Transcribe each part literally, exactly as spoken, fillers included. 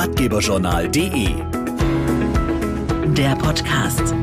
ratgeberjournal punkt de. Der Podcast.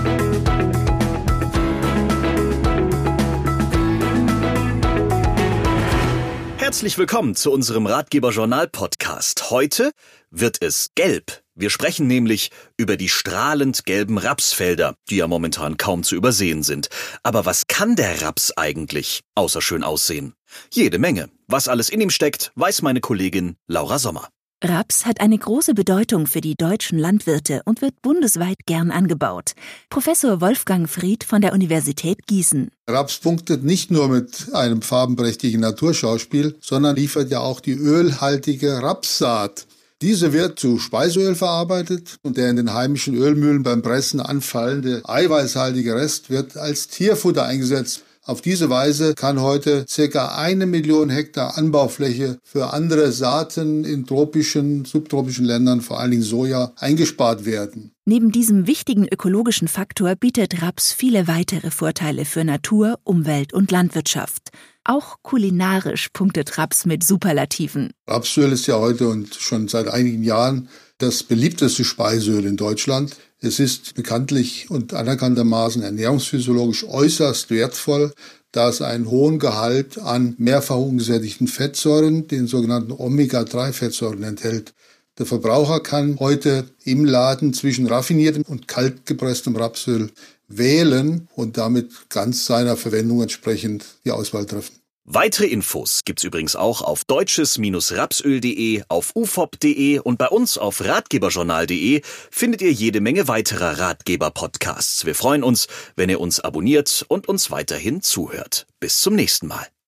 Herzlich willkommen zu unserem Ratgeberjournal-Podcast. Heute wird es gelb. Wir sprechen nämlich über die strahlend gelben Rapsfelder, die ja momentan kaum zu übersehen sind. Aber was kann der Raps eigentlich, außer schön aussehen? Jede Menge. Was alles in ihm steckt, weiß meine Kollegin Laura Sommer. Raps hat eine große Bedeutung für die deutschen Landwirte und wird bundesweit gern angebaut. Professor Wolfgang Fried von der Universität Gießen. Raps punktet nicht nur mit einem farbenprächtigen Naturschauspiel, sondern liefert ja auch die ölhaltige Rapssaat. Diese wird zu Speiseöl verarbeitet und der in den heimischen Ölmühlen beim Pressen anfallende eiweißhaltige Rest wird als Tierfutter eingesetzt. Auf diese Weise kann heute circa eine Million Hektar Anbaufläche für andere Saaten in tropischen, subtropischen Ländern, vor allen Dingen Soja, eingespart werden. Neben diesem wichtigen ökologischen Faktor bietet Raps viele weitere Vorteile für Natur, Umwelt und Landwirtschaft. Auch kulinarisch punktet Raps mit Superlativen. Rapsöl ist ja heute und schon seit einigen Jahren das beliebteste Speiseöl in Deutschland. Es ist bekanntlich und anerkanntermaßen ernährungsphysiologisch äußerst wertvoll, da es einen hohen Gehalt an mehrfach ungesättigten Fettsäuren, den sogenannten Omega drei Fettsäuren, enthält. Der Verbraucher kann heute im Laden zwischen raffiniertem und kaltgepresstem Rapsöl wählen und damit ganz seiner Verwendung entsprechend die Auswahl treffen. Weitere Infos gibt's übrigens auch auf deutsches Rapsöl punkt de, auf u f o p punkt de und bei uns auf ratgeberjournal punkt de findet ihr jede Menge weiterer Ratgeber-Podcasts. Wir freuen uns, wenn ihr uns abonniert und uns weiterhin zuhört. Bis zum nächsten Mal.